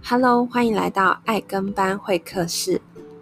Hello，欢迎来到爱跟班会客室。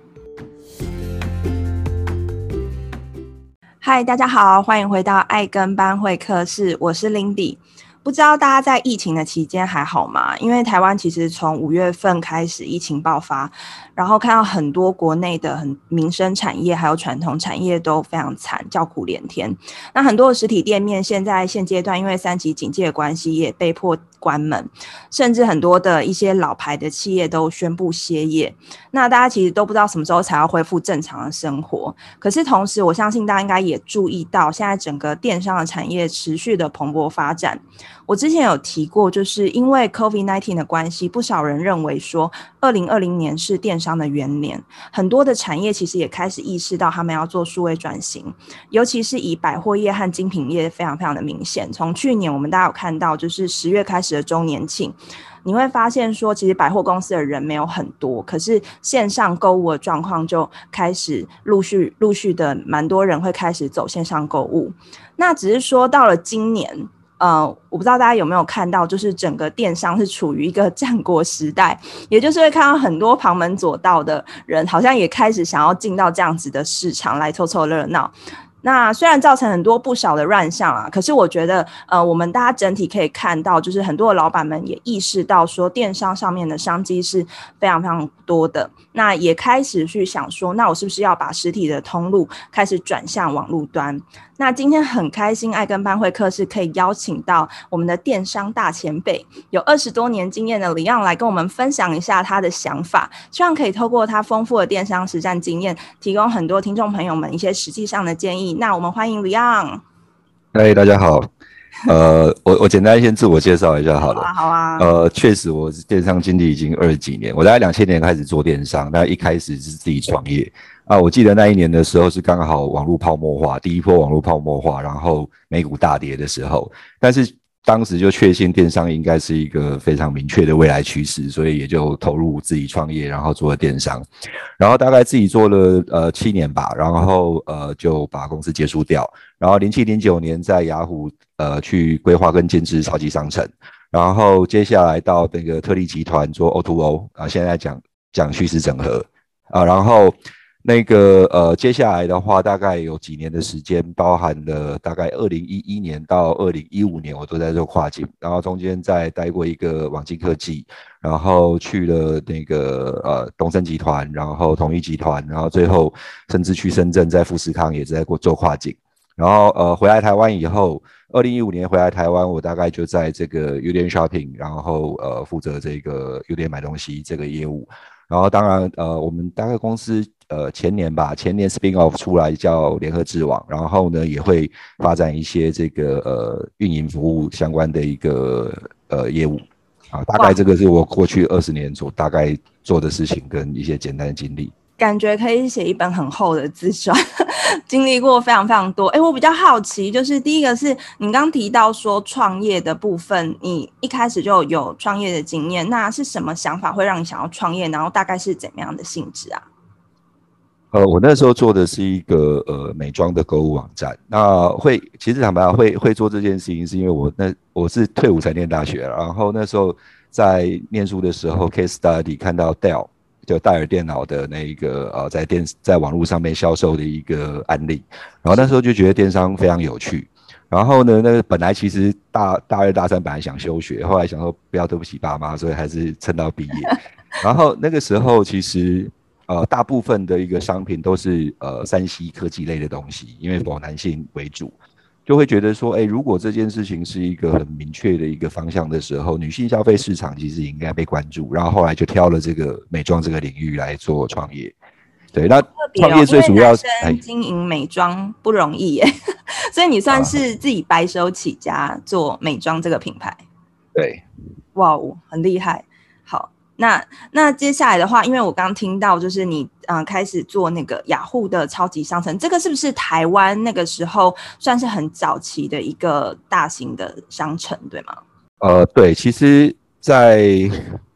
嗨，大家好，欢迎回到爱跟班会客室，我是 Lindy。不知道大家在疫情的期间还好吗？因为台湾其实从5月份开始疫情爆发，然后看到很多国内的民生产业还有传统产业都非常惨，叫苦连天。那很多的实体店面现阶段因为3级警戒的关系也被迫关门，甚至很多的一些老牌的企业都宣布歇业。那大家其实都不知道什么时候才要恢复正常的生活。可是同时我相信大家应该也注意到，现在整个电商的产业持续的蓬勃发展。我之前有提过，就是因为 COVID-19 的关系，不少人认为说2020年是电商的元年，很多的产业其实也开始意识到他们要做数位转型，尤其是以百货业和精品业非常非常的明显。从去年我们大家有看到，就是10月开始的周年庆，你会发现说其实百货公司的人没有很多，可是线上购物的状况就开始陆续的蛮多人会开始走线上购物。那只是说到了今年我不知道大家有没有看到，就是整个电商是处于一个战国时代，也就是会看到很多旁门左道的人好像也开始想要进到这样子的市场来凑凑热闹。那虽然造成很多不少的乱象啊，可是我觉得我们大家整体可以看到，就是很多的老板们也意识到说电商上面的商机是非常非常多的，那也开始去想说，那我是不是要把实体的通路开始转向网路端。那今天很开心爱跟班会客室可以邀请到我们的电商大前辈，有20多年经验的李昂来跟我们分享一下他的想法，希望可以透过他丰富的电商实战经验，提供很多听众朋友们一些实际上的建议。那我们欢迎李昂。 嗨，大家好。我简单先自我介绍一下好了。 好啊。 确实我是电商经历已经20几年，我大概2000年开始做电商，那一开始是自己创业啊。我记得那一年的时候是刚好网络泡沫化，第一波网络泡沫化，然后美股大跌的时候，但是当时就确信电商应该是一个非常明确的未来趋势，所以也就投入自己创业，然后做了电商，然后大概自己做了7年吧，然后就把公司结束掉，然后07、09年在雅虎去规划跟建制超级商城，然后接下来到那个特力集团做 O2O 啊，现在讲虚实整合啊，然后那个接下来的话大概有几年的时间，包含了大概2011年到2015年我都在做跨境，然后中间再待过一个网金科技，然后去了那个东森集团，然后统一集团，然后最后甚至去深圳在富士康也是在做跨境，然后回来台湾以后，2015年回来台湾，我大概就在这个 Udemy Shopping， 然后负责这个 Udemy 买东西这个业务。然后当然我们大概公司前年 spin off 出来叫联合智网，然后呢也会发展一些这个运营服务相关的一个业务啊，大概这个是我过去20年所大概做的事情跟一些简单的经历。 感觉可以写一本很厚的自传，经历过非常非常多。我比较好奇，就是第一个是你刚提到说创业的部分，你一开始就有创业的经验，那是什么想法会让你想要创业，然后大概是怎么样的性质啊？ 我那时候做的是一个美妆的购物网站，那其实坦白讲会做这件事情，是因为我是退伍才念大学，然后那时候在念书的时候 case study 看到 Dell。就戴尔电脑的那一个在网络上面销售的一个案例，然后那时候就觉得电商非常有趣，然后呢，那个本来其实大2、大3本来想休学，后来想说不要对不起爸妈，所以还是撑到毕业。然后那个时候其实大部分的一个商品都是3C 科技类的东西，因为否男性为主。就会觉得说，如果这件事情是一个很明确的一个方向的时候，女性消费市场其实应该被关注。然后后来就挑了这个美妆这个领域来做创业。对，那创业最主要， 因为男生经营美妆不容易耶，所以你算是自己白手起家做美妆这个品牌。 对， 哇，很厉害。好。那接下来的话，因为我刚听到就是你开始做那个雅虎的超级商城，这个是不是台湾那个时候算是很早期的一个大型的商城，对吗？ 对，其实在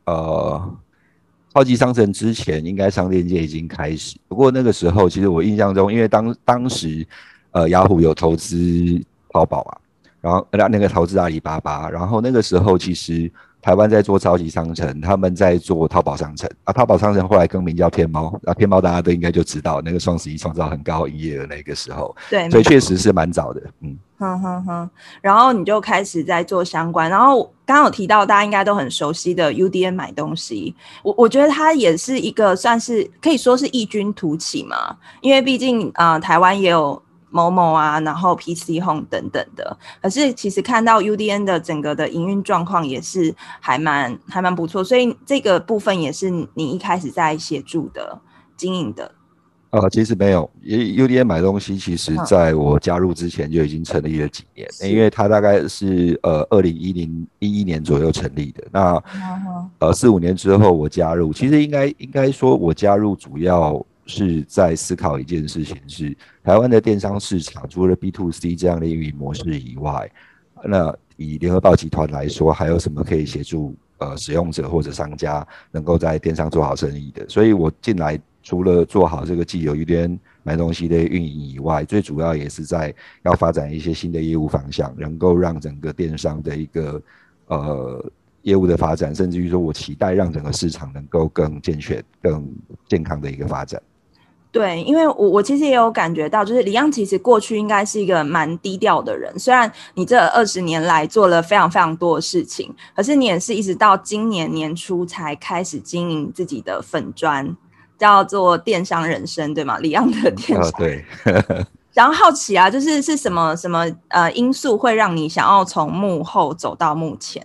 超级商城之前，应该商店街已经开始。不过那个时候，其实我印象中，因为当时雅虎有投资淘宝啊，然后那个投资阿里巴巴，然后那个时候其实台湾在做超级商城，他们在做淘宝商城啊。淘宝商城后来更名叫天猫，啊，天猫大家都应该就知道，那个双11创造很高营业额那个时候， 对， 所以确实是蛮早的， 然后你就开始在做相关，然后刚刚有提到大家应该都很熟悉的 UDN 买东西，我觉得它也是一个算是可以说是异军突起嘛，因为毕竟台湾也有某某啊，然后 PC Home 等等的，可是其实看到 UDN 的整个的营运状况也是还蛮不错，所以这个部分也是你一开始在协助的经营的。 其实没有，UDN 买东西，其实在我加入之前就已经成立了几年，因为它大概是2011年左右成立的。那4-5年之后我加入，其实应该说我加入主要是在思考一件事情是，台湾的电商市场除了 B2C 这样的运营模式以外，那以联合报集团来说，还有什么可以协助使用者或者商家能够在电商做好生意的？所以我进来除了做好这个既有UDN买东西的运营以外，最主要也是在要发展一些新的业务方向，能够让整个电商的一个业务的发展，甚至于说我期待让整个市场能够更健全、更健康的一个发展。 对，因为我其实也有感觉到，就是李漾其实过去应该是一个蛮低调的人，虽然你这20年来做了非常非常多的事情，可是你也是一直到今年年初才开始经营自己的粉专，叫做电商人生，对吗？李漾的电商。 对。 然后好奇啊，就是什么因素会让你想要从幕后走到幕前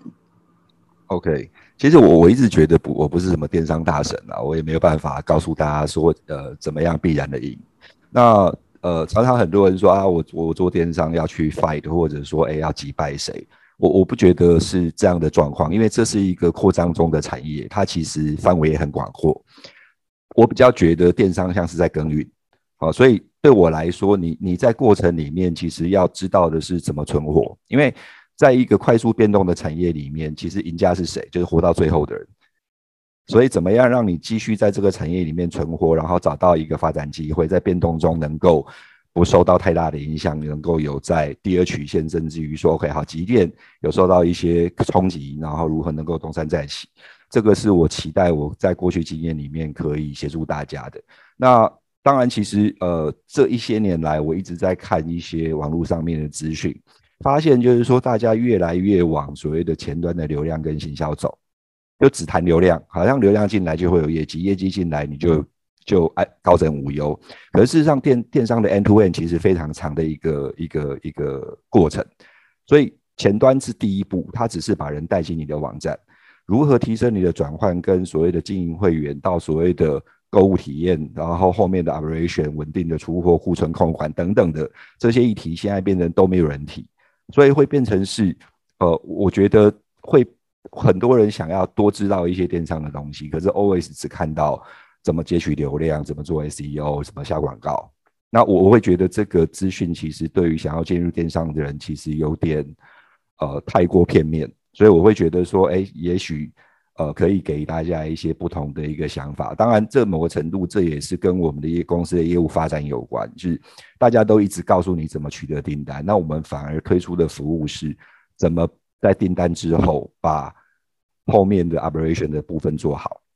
？OK。其实我一直觉得我不是什么电商大神啊，我也没有办法告诉大家说怎么样必然的赢。那常常很多人说啊，我做电商要去 fight， 或者说要击败谁，我不觉得是这样的状况，因为这是一个扩张中的产业，它其实范围也很广阔。我比较觉得电商像是在耕耘，所以对我来说，你在过程里面其实要知道的是怎么存活，因为在一个快速变动的产业里面，其实赢家是谁？就是活到最后的人。所以怎么样让你继续在这个产业里面存活，然后找到一个发展机会，在变动中能够不受到太大的影响，能够有在第二曲线，甚至于说 OK 好，即便有受到一些冲击，然后如何能够东山再起，这个是我期待我在过去经验里面可以协助大家的。那当然，其实这一些年来，我一直在看一些网络上面的资讯。发现就是说，大家越来越往所谓的前端的流量跟行销走，就只谈流量，好像流量进来就会有业绩，业绩进来你就高枕无忧。可是事实上电商的 end to end 其实非常长的一个过程，所以前端是第一步，它只是把人带进你的网站，如何提升你的转换跟所谓的经营会员到所谓的购物体验，然后后面的 operation 稳定的出货、库存控管等等的这些议题，现在变成都没有人提。所以会变成是，我觉得会很多人想要多知道一些电商的东西，可是 always 只看到怎么截取流量、怎么做 SEO、怎么下广告。那我会觉得这个资讯其实对于想要进入电商的人，其实有点太过片面，所以我会觉得说，也许可以给大家一些不同的一个想法。当然，这某个程度这也是跟我们的公司的业务发展有关，就是大家都一直告诉你怎么取得订单，那我们反而推出的服务是怎么在订单之后把后面的 operation 的部分做好。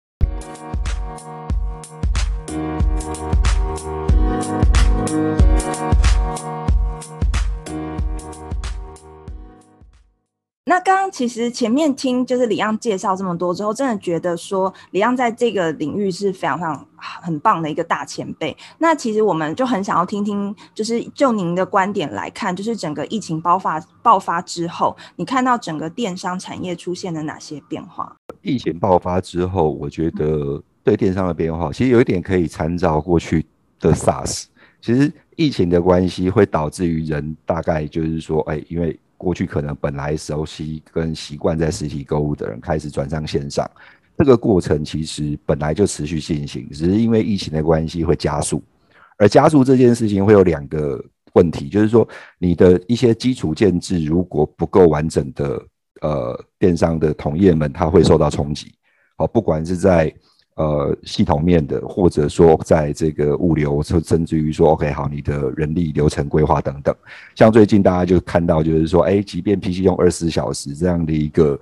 那刚刚其实前面听就是李漾介绍这么多之后，真的觉得说李漾在这个领域是非常非常很棒的一个大前辈。那其实我们就很想要听听，就是就您的观点来看，就是整个疫情爆发之后，你看到整个电商产业出现了哪些变化？ 疫情爆发之后，我觉得对电商的变化，其实有一点可以参照过去的 SARS。其实疫情的关系会导致于人大概就是说，因为过去可能本来熟悉跟习惯在实体购物的人开始转向线上，这个过程其实本来就持续进行，只是因为疫情的关系会加速。而加速这件事情会有2个问题，就是说你的一些基础建制如果不够完整的电商的同业们，它会受到冲击。好，不管是在系统面的，或者说在这个物流，甚至于说 OK 好，你的人力流程规划等等。像最近大家就看到，就是说，即便 PC 用24小时这样的一个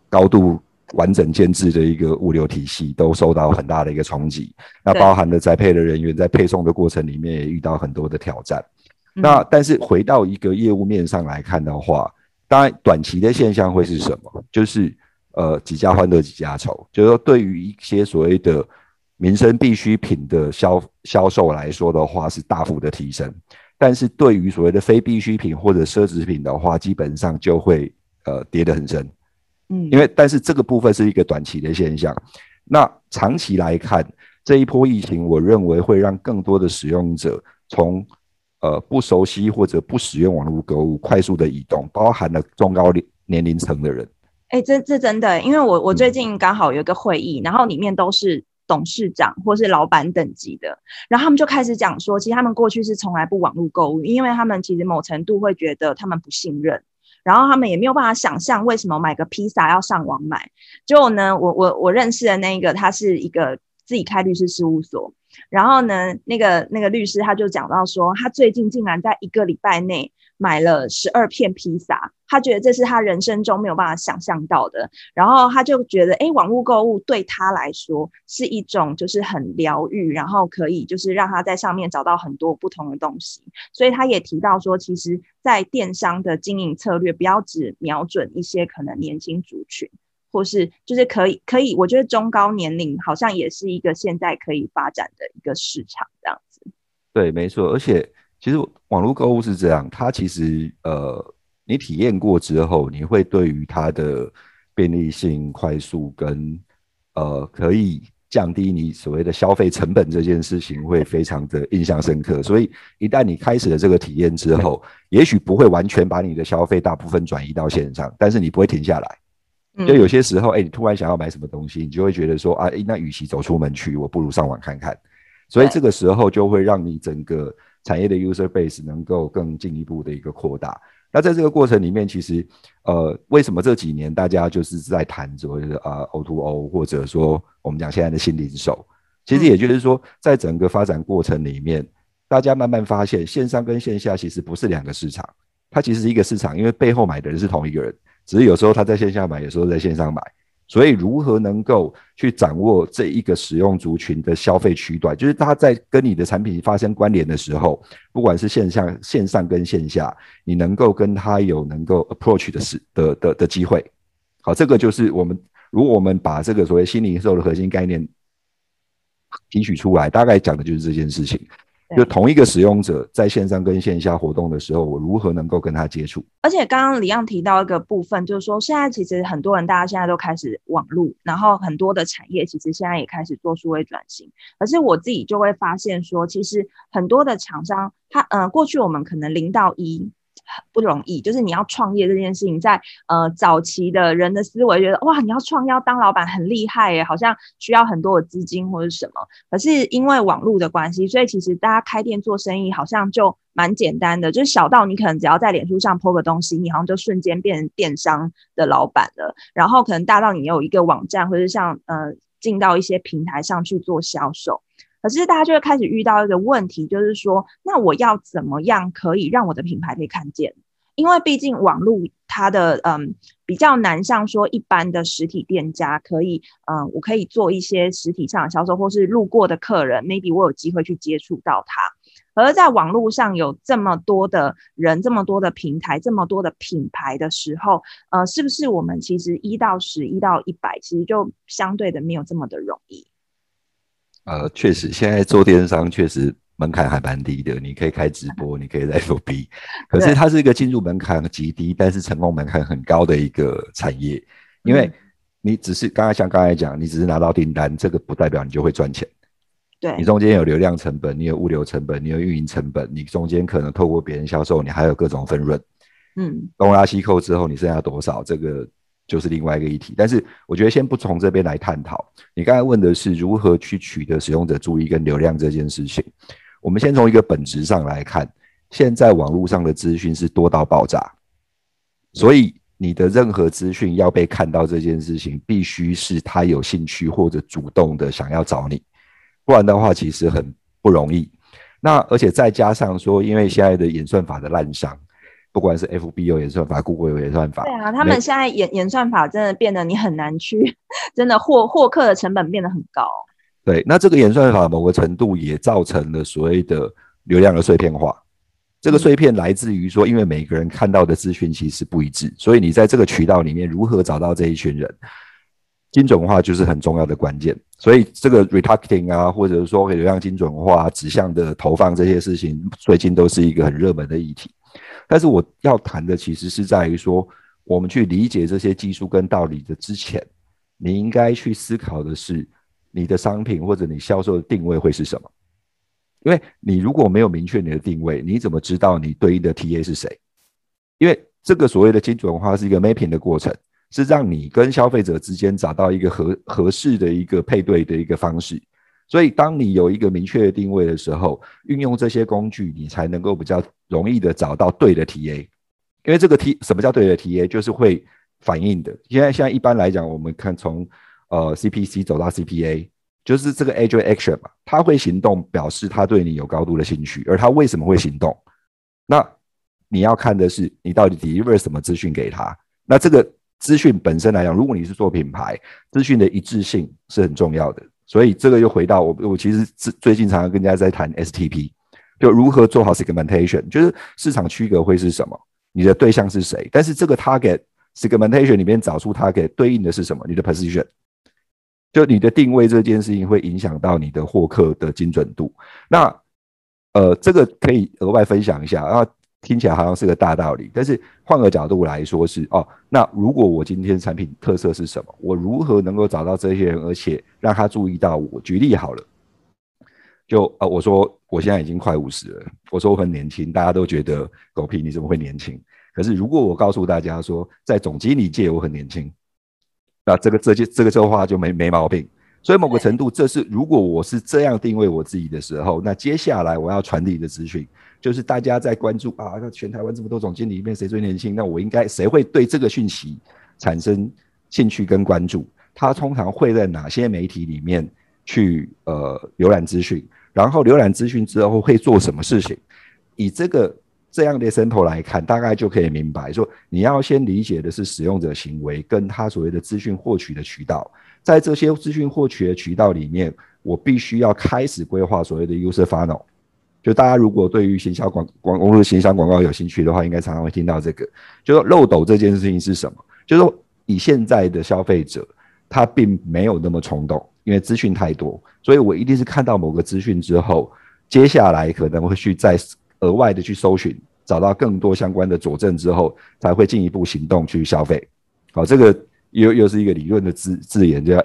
高度完整建制的一个物流体系都受到很大的一个冲击，那包含了宅配的人员在配送的过程里面也遇到很多的挑战。那但是回到一个业务面上来看的话，当然短期的现象会是什么？就是几家欢乐几家愁，就是说对于一些所谓的民生必需品的销售来说的话是大幅的提升，但是对于所谓的非必需品或者奢侈品的话，基本上就会跌得很深。但是这个部分是一个短期的现象。那长期来看，这一波疫情，我认为会让更多的使用者从不熟悉或者不使用网络购物快速的移动，包含了中高年龄层的人。 这真的，因为我最近刚好有一个会议，然后里面都是董事长或是老板等级的，然后他们就开始讲说，其实他们过去是从来不网络购物，因为他们其实某程度会觉得他们不信任，然后他们也没有办法想象为什么买个披萨要上网买。结果呢，我认识的那个他是一个自己开律师事务所，然后呢那个律师他就讲到说，他最近竟然在1个礼拜内买了12片披萨，他觉得这是他人生中没有办法想象到的，然后他就觉得网络购物对他来说是一种就是很疗愈，然后可以就是让他在上面找到很多不同的东西。所以他也提到说，其实在电商的经营策略不要只瞄准一些可能年轻族群，或是就是可以我觉得中高年龄好像也是一个现在可以发展的一个市场这样子。 对，没错。而且其实网络购物是这样，它其实你体验过之后，你会对于它的便利性、快速跟可以降低你所谓的消费成本这件事情会非常的印象深刻。所以一旦你开始了这个体验之后，也许不会完全把你的消费大部分转移到线上，但是你不会停下来。就有些时候你突然想要买什么东西，你就会觉得说那与其走出门去，我不如上网看看。所以这个时候就会让你整个产业的 user base 能够更进一步的一个扩大。那在这个过程里面，其实为什么这几年大家就是在谈所谓的O2O， 或者说我们讲现在的新零售，其实也就是说在整个发展过程里面，大家慢慢发现线上跟线下其实不是两个市场，它其实是一个市场，因为背后买的人是同一个人，只是有时候他在线下买，有时候在线上买。所以如何能够去掌握这一个使用族群的消费区段，就是他在跟你的产品发生关联的时候，不管是线上跟线下，你能够跟他有能够 approach 的机会。好，这个就是如果我们把这个所谓新零售的核心概念提取出来，大概讲的就是这件事情。就同一个使用者在线上跟线下活动的时候，我如何能够跟他接触。 而且刚刚李昂提到一个部分，就是说现在其实很多人大家现在都开始网路，然后很多的产业其实现在也开始做数位转型。可是我自己就会发现说，其实很多的厂商过去我们可能0到1不容易，就是你要创业这件事情，在早期的人的思维觉得哇，你要创业要当老板很厉害耶，好像需要很多的资金或者什么。可是因为网络的关系，所以其实大家开店做生意好像就蛮简单的，就是小到你可能只要在脸书上 po 个东西，你好像就瞬间变成电商的老板了。然后可能大到你有一个网站，或者像进到一些平台上去做销售。可是大家就会开始遇到一个问题，就是说那我要怎么样可以让我的品牌被看见？因为毕竟网络它的比较难，像说一般的实体店家可以我可以做一些实体上的销售，或是路过的客人 maybe 我有机会去接触到他。而在网络上有这么多的人，这么多的平台，这么多的品牌的时候是不是我们其实1到10 1到100其实就相对的没有这么的容易？ 确实现在做电商确实门槛还蛮低的，你可以开直播，你可以在 FB， 可是它是一个进入门槛极低，但是成功门槛很高的一个产业。因为你只是像刚才讲，你只是拿到订单，这个不代表你就会赚钱。 对， 你中间有流量成本，你有物流成本，你有运营成本，你中间可能透过别人销售，你还有各种分润。东拉西扣之后，你剩下多少？这个就是另外一个议题。但是我觉得先不从这边来探讨，你刚才问的是如何去取得使用者注意跟流量这件事情。我们先从一个本质上来看，现在网络上的资讯是多到爆炸，所以你的任何资讯要被看到这件事情，必须是他有兴趣或者主动的想要找你，不然的话其实很不容易。那而且再加上说，因为现在的演算法的滥觞， 不管是 FB 有演算法 Google 有演算法。 对啊，他们现在演算法真的变得你很难去真的获客的成本变得很高。 对，那这个演算法某个程度也造成了所谓的流量的碎片化。这个碎片来自于说，因为每个人看到的资讯其实不一致，所以你在这个渠道里面如何找到这一群人，精准化就是很重要的关键。所以这个 retargeting 啊，或者说流量精准化、指向的投放这些事情，最近都是一个很热门的议题。但是我要谈的其实是在于说，我们去理解这些技术跟道理的之前，你应该去思考的是，你的商品或者你销售的定位会是什么？因为你如果没有明确你的定位，你怎么知道你对应的 TA 是谁？因为这个所谓的精准化是一个 mapping 的过程，是让你跟消费者之间找到一个合适的一个配对的一个方式。所以当你有一个明确的定位的时候，运用这些工具，你才能够比较容易的找到对的 TA。因为这个什么叫对的 TA， 就是会反应的。现在一般来讲，我们看从CPC 走到 CPA， 就是这个 agent action 嘛，他会行动，表示他对你有高度的兴趣，而他为什么会行动？那你要看的是你到底 deliver 什么资讯给他。那这个资讯本身来讲，如果你是做品牌，资讯的一致性是很重要的。所以这个又回到我其实最近常常跟人家在谈 STP， 就如何做好 segmentation， 就是市场区隔会是什么，你的对象是谁，但是这个 target segmentation 里面找出 target 对应的是什么，你的 position， 就你的定位这件事情会影响到你的获客的精准度。那这个可以额外分享一下啊，听起来好像是个大道理，但是换个角度来说是那如果我今天产品特色是什么，我如何能够找到这些人，而且让他注意到我？举例好了，就我说我现在已经快50了，我说我很年轻，大家都觉得狗屁你怎么会年轻？可是如果我告诉大家说，在总经理界我很年轻，那这个话就没毛病。所以某个程度，这是如果我是这样定位我自己的时候，那接下来我要传递的资讯，就是大家在关注那全台湾这么多总经理里面谁最年轻？那我应该谁会对这个讯息产生兴趣跟关注？他通常会在哪些媒体里面去浏览资讯？然后浏览资讯之后会做什么事情？以这样的 sample 来看，大概就可以明白说，你要先理解的是使用者行为跟他所谓的资讯获取的渠道。在这些资讯获取的渠道里面，我必须要开始规划所谓的 user funnel。就大家如果对于网络行销广告有兴趣的话，应该常常会听到这个，就是漏斗这件事情是什么？就是说以现在的消费者，他并没有那么冲动，因为资讯太多，所以我一定是看到某个资讯之后，接下来可能会去再额外的去搜寻，找到更多相关的佐证之后，才会进一步行动去消费。好，这个又是一个理论的字眼，叫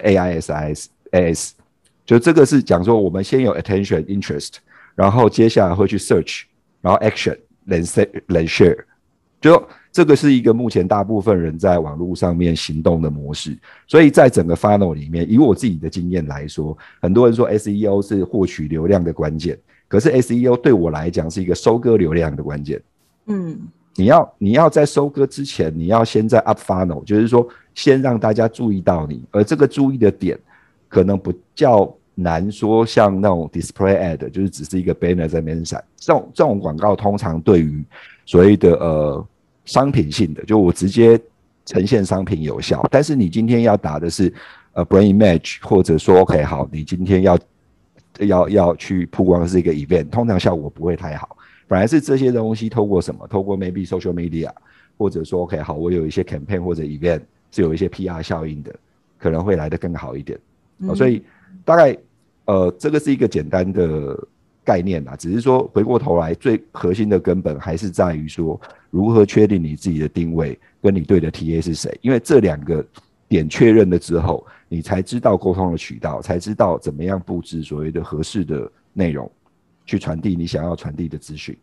AISIS，就这个是讲说我们先有 attention interest， 然后接下来会去 search， 然后 action then share， 就这个是一个目前大部分人在网络上面行动的模式。所以在整个 funnel 里面，以我自己的经验来说，很多人说 SEO 是获取流量的关键，可是 SEO 对我来讲是一个收割流量的关键。你要在收割之前，你要先在 up funnel， 就是说先让大家注意到你，而这个注意的点可能不叫难说像那种 display ad， 就是只是一个 banner 在那边闪，这种广告通常对于所谓的商品性的，就我直接呈现商品有效，但是你今天要打的是brand image， 或者说 OK 好，你今天要去曝光的是一个 event， 通常效果不会太好。本来是这些东西透过什么？透过 maybe social media， 或者说 OK 好，我有一些 campaign 或者 event 是有一些 PR 效应的，可能会来得更好一点。所以大概这个是一个简单的概念啦，只是说回过头来，最核心的根本还是在于说如何确定你自己的定位跟你对的 TA 是谁，因为这两个点确认了之后，你才知道沟通的渠道，才知道怎么样布置所谓的合适的内容，去传递你想要传递的资讯。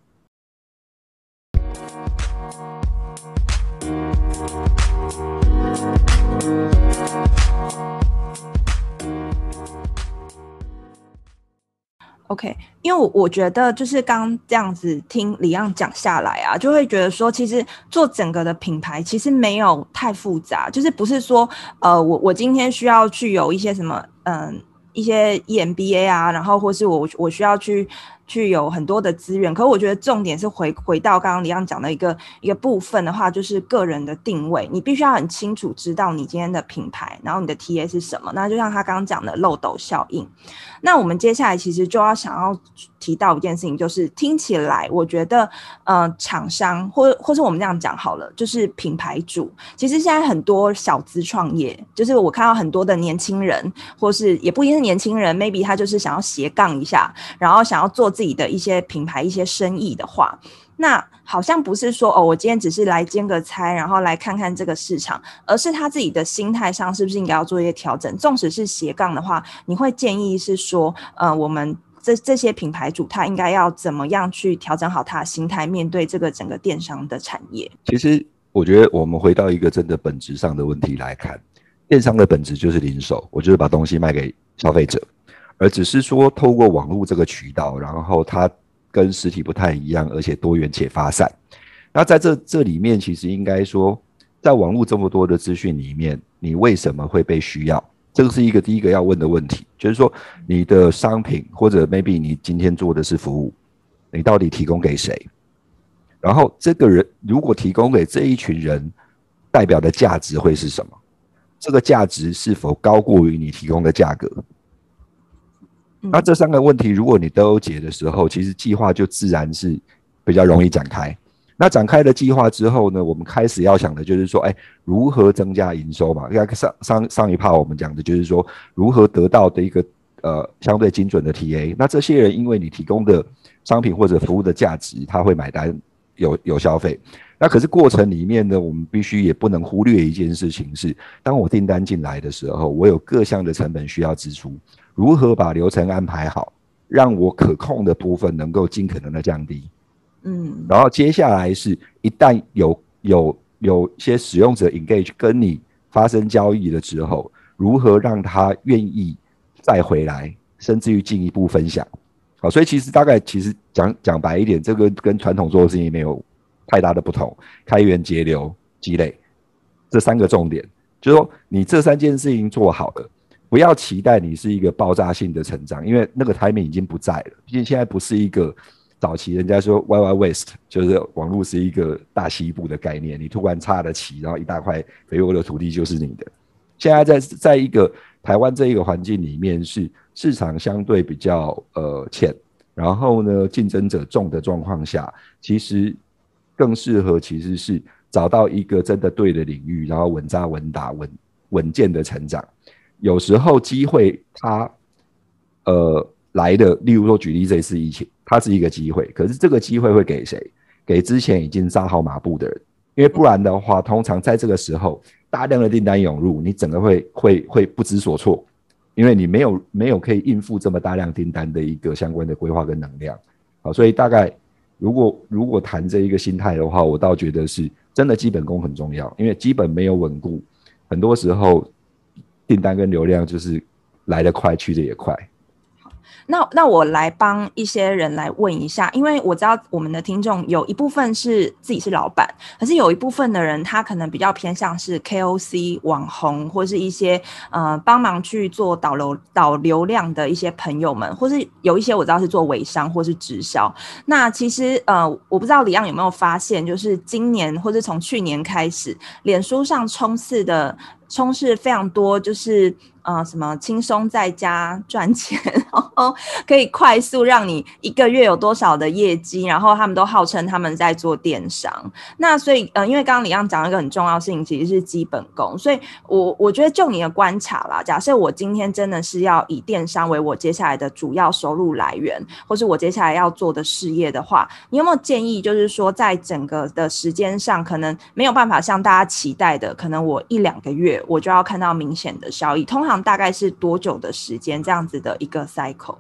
OK， 因为我觉得就是刚这样子听李昂讲下来啊，就会觉得说，其实做整个的品牌其实没有太复杂，就是不是说我今天需要去有一些什么一些 EMBA 啊，然后或是我需要去去有很多的资源。可我觉得重点是回到刚刚李昂讲的一个部分的话，就是个人的定位，你必须要很清楚知道你今天的品牌，然后你的 TA 是什么。那就像他刚刚讲的漏斗效应。那我们接下来其实就要想要提到一件事情，就是听起来我觉得厂商或是我们这样讲好了，就是品牌主，其实现在很多小资创业，就是我看到很多的年轻人，或是也不一定是年轻人 maybe 他就是想要斜杠一下，然后想要做自己的一些品牌一些生意的话，那好像不是说我今天只是来兼个差，然后来看看这个市场，而是他自己的心态上是不是应该要做一些调整。纵使是斜杠的话，你会建议是说我们这些品牌主他应该要怎么样去调整好他的心态，面对这个整个电商的产业？ 其实我觉得我们回到一个真的本质上的问题来看，电商的本质就是零售，我就是把东西卖给消费者，而只是说透过网络这个渠道，然后它跟实体不太一样，而且多元且发散。那在这里面，其实应该说，在网络这么多的资讯里面，你为什么会被需要？这个是第一个要问的问题，就是说你的商品或者 maybe 你今天做的是服务，你到底提供给谁？然后这个人如果提供给这一群人，代表的价值会是什么？这个价值是否高过于你提供的价格？那这三个问题如果你都有解的时候，其实计划就自然是比较容易展开。那展开了计划之后呢，我们开始要想的就是说，如何增加营收嘛？上一 part 我们讲的就是说，如何得到的一个相对精准的 TA。那这些人因为你提供的商品或者服务的价值，他会买单有消费。那可是过程里面呢，我们必须也不能忽略一件事情是，当我订单进来的时候，我有各项的成本需要支出，如何把流程安排好，让我可控的部分能够尽可能的降低。然后接下来是一旦有些使用者 engage 跟你发生交易的时候，如何让他愿意再回来，甚至于进一步分享。好，所以其实讲白一点，这个跟传统做的事情没有太大的不同。开源节流积累这三个重点，就是说你这三件事情做好了，不要期待你是一个爆炸性的成长，因为那个 timing 已经不在了。毕竟现在不是一个早期人家说 YY West， 就是网络是一个大西部的概念，你突然插了旗，然后一大块肥沃的土地就是你的。现在在一个台湾这一个环境里面，是市场相对比较浅，然后呢竞争者重的状况下，其实更适合其实是找到一个真的对的领域，然后稳扎稳打稳健的成长。有时候机会它来的，例如说举例这次疫情，它是一个机会，可是这个机会会给谁？给之前已经扎好马步的人，因为不然的话，通常在这个时候大量的订单涌入，你整个会不知所措，因为你没有可以应付这么大量订单的一个相关的规划跟能量。好，所以大概如果谈这一个心态的话，我倒觉得是真的基本功很重要，因为基本没有稳固，很多时候订单跟流量就是来得快去得也快。 那我来帮一些人来问一下，因为我知道我们的听众有一部分是自己是老板，可是有一部分的人他可能比较偏向是 KOC 网红，或是一些帮忙去做导流量的一些朋友们，或是有一些我知道是做微商或是直销。那其实我不知道李昂有没有发现，就是今年或是从去年开始，脸书上冲刺非常多，就是什么轻松在家赚钱，然后可以快速让你一个月有多少的业绩，然后他们都号称他们在做电商。那所以因为刚刚李昂讲了一个很重要的事情，其实是基本功，所以我觉得就你的观察啦，假设我今天真的是要以电商为我接下来的主要收入来源，或是我接下来要做的事业的话，你有没有建议就是说在整个的时间上可能没有办法像大家期待的，可能我1-2个月我就要看到明显的效益，通常大概是多久的时间这样子的一个 cycle？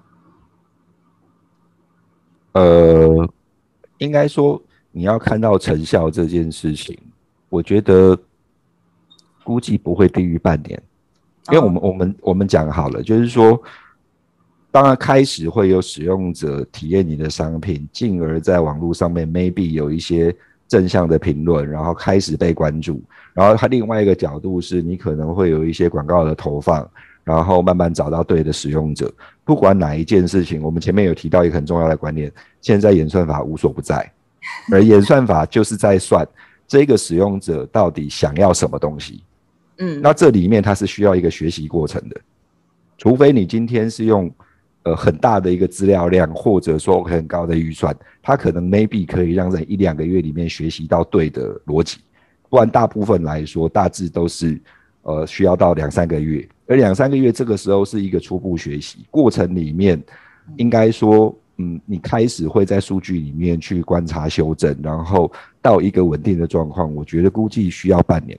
应该说你要看到成效这件事情，我觉得估计不会低于半年，因为我们讲好了，就是说当然开始会有使用者体验你的商品，进而在网络上面 maybe 有一些正向的评论，然后开始被关注，然后它另外一个角度是你可能会有一些广告的投放， 然后慢慢找到对的使用者。不管哪一件事情，我们前面有提到一个很重要的观念，现在演算法无所不在，而演算法就是在算这个使用者到底想要什么东西。那这里面它是需要一个学习过程的，除非你今天是用很大的一个资料量，或者说很高的预算，它可能 maybe 可以让人1-2个月里面学习到对的逻辑，不然大部分来说大致都是需要到2-3个月，而2-3个月这个时候是一个初步学习过程里面，应该说你开始会在数据里面去观察修正，然后到一个稳定的状况，我觉得估计需要半年。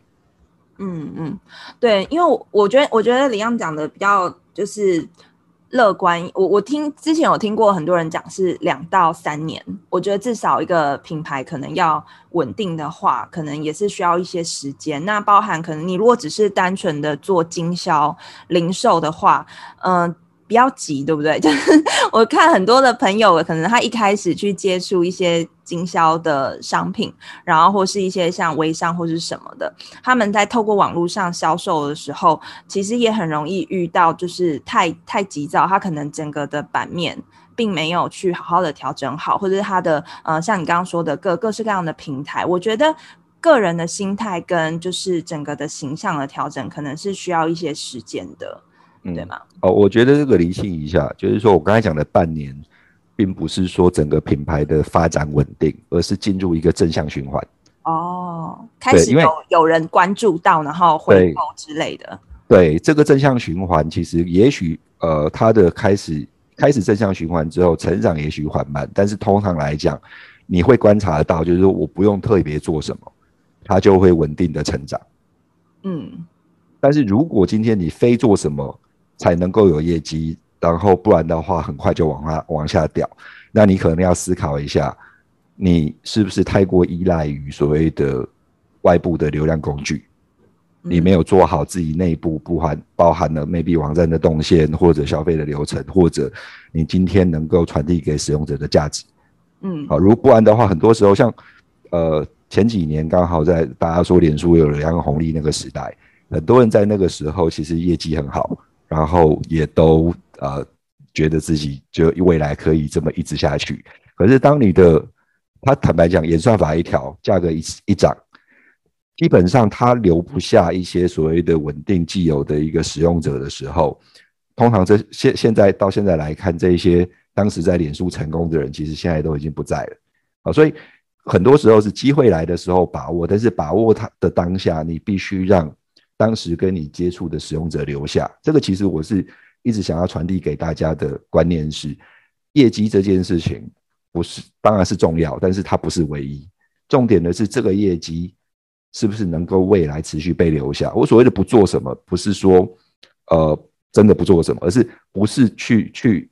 对，因为我觉得李漾讲的比较就是乐观，我之前有听过很多人讲是2到3年，我觉得至少一个品牌可能要稳定的话，可能也是需要一些时间。那包含可能你如果只是单纯的做经销零售的话，不要急，对不对？就是我看很多的朋友，可能他一开始去接触一些经销的商品，然后或是一些像微商或是什么的，他们在透过网络上销售的时候，其实也很容易遇到就是太急躁，他可能整个的版面并没有去好好的调整好，或者是他的像你刚刚说的各式各样的平台，我觉得个人的心态跟就是整个的形象的调整，可能是需要一些时间的。对吗？ 我觉得这个厘清一下，就是说我刚才讲的半年，并不是说整个品牌的发展稳定，而是进入一个正向循环。 开始有人关注到，然后回购之类的。 对，这个正向循环，其实也许它的开始正向循环之后，成长也许缓慢，但是通常来讲，你会观察得到，就是说我不用特别做什么，它就会稳定的成长。但是如果今天你非做什么才能够有业绩，然后不然的话很快就往下掉，那你可能要思考一下，你是不是太过依赖于所谓的外部的流量工具，你没有做好自己内部包含了 maybe 网站的动线，或者消费的流程，或者你今天能够传递给使用者的价值。好，如果不然的话，很多时候像前几年刚好在大家说脸书有流量红利那个时代，很多人在那个时候其实业绩很好，然后也都觉得自己就未来可以这么一直下去。可是当他坦白讲，演算法一调，价格一涨，基本上他留不下一些所谓的稳定既有的一个使用者的时候，通常现在来看，这一些当时在脸书成功的人，其实现在都已经不在了。所以很多时候是机会来的时候把握，但是把握它的当下，你必须让当时跟你接触的使用者留下。这个其实我是一直想要传递给大家的观念是，业绩这件事情当然是重要，但是它不是唯一。重点的是这个业绩是不是能够未来持续被留下。我所谓的不做什么，不是说真的不做什么，而是不是去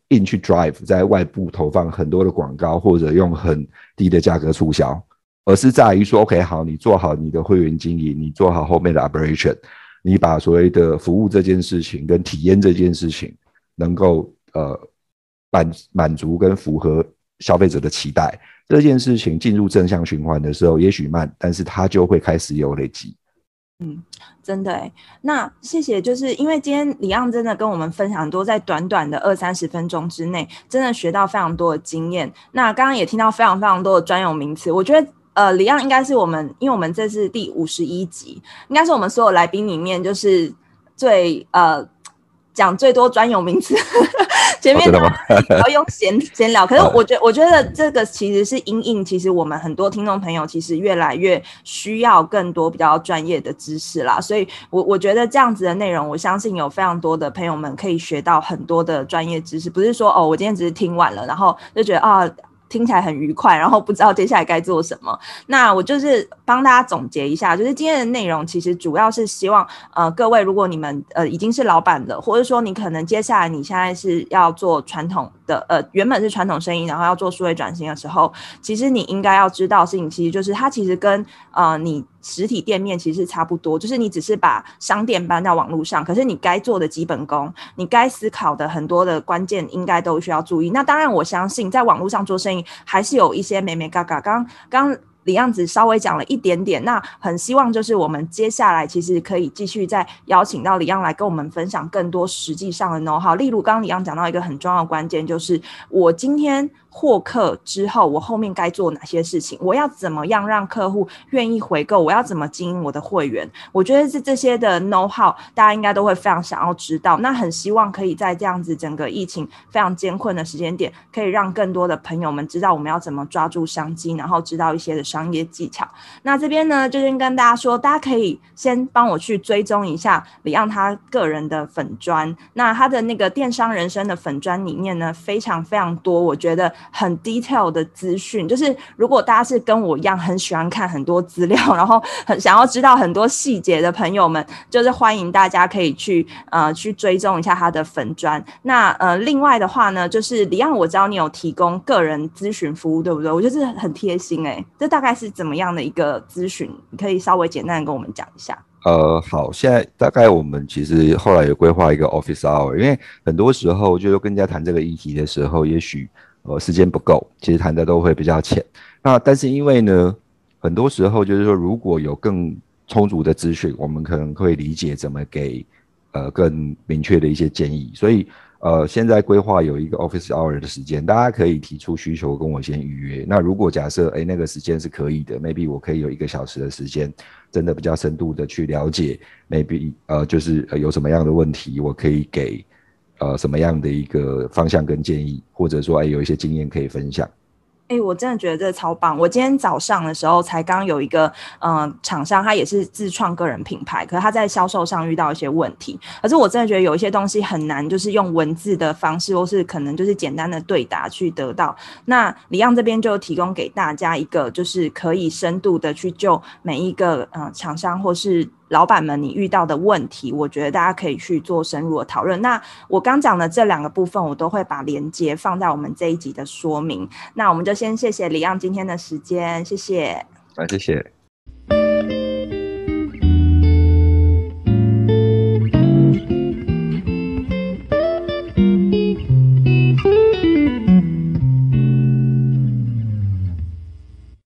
drive 在外部投放很多的广告，或者用很低的价格促销，而是在于说 OK 好，你做好你的会员经营，你做好后面的 operation， 你把所谓的服务这件事情跟体验这件事情能够满足跟符合消费者的期待，这件事情进入正向循环的时候，也许慢，但是它就会开始有累积。 真的耶。那谢谢，就是因为今天李漾真的跟我们分享很多，在短短的20-30分钟之内，真的学到非常多的经验。那刚刚也听到非常非常多的专有名词，我觉得李漾应该是因为我们这是第51集，应该是我们所有来宾里面就是最讲最多专有名词。前面要用闲聊，可是我觉得这个其实是因应，其实我们很多听众朋友其实越来越需要更多比较专业的知识啦，所以我觉得这样子的内容，我相信有非常多的朋友们可以学到很多的专业知识，不是说我今天只是听完了，然后就觉得听起来很愉快，然后不知道接下来该做什么。那我就是帮大家总结一下，就是今天的内容其实主要是希望各位，如果你们已经是老板了，或者说你可能接下来你现在是要做传统的原本是传统生意，然后要做数位转型的时候，其实你应该要知道的事情，其实就是它其实跟你实体店面其实差不多，就是你只是把商店搬到网络上，可是你该做的基本功，你该思考的很多的关键应该都需要注意。那当然我相信在网络上做生意还是有一些眉眉角角，刚李样子稍微讲了一点点，那很希望就是我们接下来其实可以继续再邀请到李样来跟我们分享更多实际上的 know how。例如刚刚李样讲到一个很重要的关键，就是我今天获客之后，我后面该做哪些事情，我要怎么样让客户愿意回购，我要怎么经营我的会员，我觉得是这些的 know how 大家应该都会非常想要知道。那很希望可以在这样子整个疫情非常艰困的时间点，可以让更多的朋友们知道我们要怎么抓住商机，然后知道一些的商业技巧。那这边呢，就先跟大家说，大家可以先帮我去追踪一下李样他个人的粉专。那他的那个电商人生的粉专里面呢，非常非常多，我觉得很 detail 的资讯。就是如果大家是跟我一样很喜欢看很多资料，然后很想要知道很多细节的朋友们，就是欢迎大家可以去追踪一下他的粉专。那另外的话呢，就是李样我知道你有提供个人咨询服务，对不对？我觉得这很贴心这大概是怎么样的一个咨询？你可以稍微简单的跟我们讲一下。 好，现在大概我们其实后来有规划一个 office hour， 因为很多时候就是跟人家谈这个议题的时候，也许时间不够，其实谈的都会比较浅。那但是因为呢，很多时候就是说，如果有更充足的资讯，我们可能会理解怎么给更明确的一些建议。所以现在规划有一个 office hour 的时间，大家可以提出需求跟我先预约。那如果假设那个时间是可以的 ，maybe 我可以有1个小时的时间，真的比较深度的去了解 ，maybe 就是有什么样的问题，我可以给什么样的一个方向跟建议，或者说有一些经验可以分享。 我真的觉得这超棒。我今天早上的时候才刚有一个厂商，他也是自创个人品牌，可是他在销售上遇到一些问题，可是我真的觉得有一些东西很难就是用文字的方式或是可能就是简单的对答去得到。那李样这边就提供给大家一个就是可以深度的去就每一个厂商或是老板们你遇到的问题，我觉得大家可以去做深入的讨论。那我刚讲的这2个部分，我都会把连结放在我们这一集的说明。那我们就先谢谢李样今天的时间，谢谢。 谢谢。